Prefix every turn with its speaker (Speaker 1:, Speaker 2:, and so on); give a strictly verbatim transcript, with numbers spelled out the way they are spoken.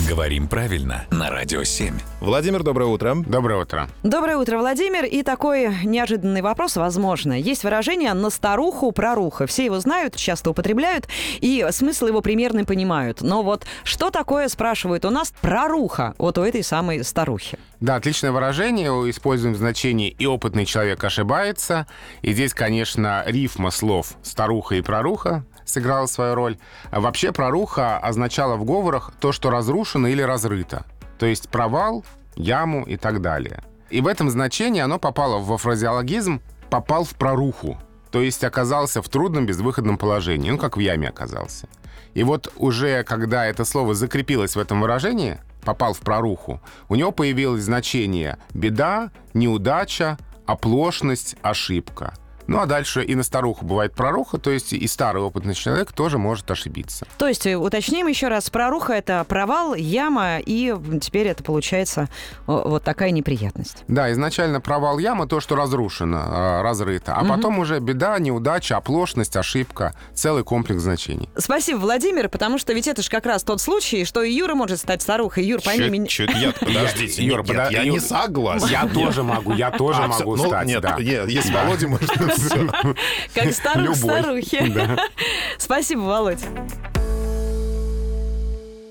Speaker 1: Говорим правильно на Радио семь.
Speaker 2: Владимир, доброе утро.
Speaker 3: Доброе утро.
Speaker 4: Доброе утро, Владимир. И такой неожиданный вопрос, возможно. Есть выражение «на старуху проруха». Все его знают, часто употребляют, и смысл его примерно понимают. Но вот что такое, спрашивают у нас, проруха вот у этой самой старухи?
Speaker 3: Да, отличное выражение. Используем в значении «и опытный человек ошибается». И здесь, конечно, рифма слов «старуха» и «проруха» сыграла свою роль. А вообще проруха означала в говорах то, что разрушено или разрыто. То есть провал, яму и так далее. И в этом значении оно попало во фразеологизм «попал в проруху». То есть оказался в трудном, безвыходном положении. Ну, как в яме оказался. И вот уже когда это слово закрепилось в этом выражении, «попал в проруху», у него появилось значение «беда», «неудача», «оплошность», «ошибка». Ну, а дальше и на старуху бывает проруха, то есть и старый опытный человек тоже может ошибиться.
Speaker 4: То есть, уточним еще раз, проруха — это провал, яма, и теперь это получается вот такая неприятность.
Speaker 3: Да, изначально провал, яма — то, что разрушено, разрыто, а угу. потом уже беда, неудача, оплошность, ошибка, целый комплекс значений.
Speaker 4: Спасибо, Владимир, потому что ведь это же как раз тот случай, что и Юра может стать старухой. Юр, пойми меня...
Speaker 2: Чуть нет, подождите,
Speaker 3: Юра,
Speaker 2: нет, я не согласен.
Speaker 3: Я тоже могу, я тоже могу стать,
Speaker 2: Нет,
Speaker 3: да.
Speaker 2: если Володя может...
Speaker 4: Как старух старухи. Спасибо, Володь.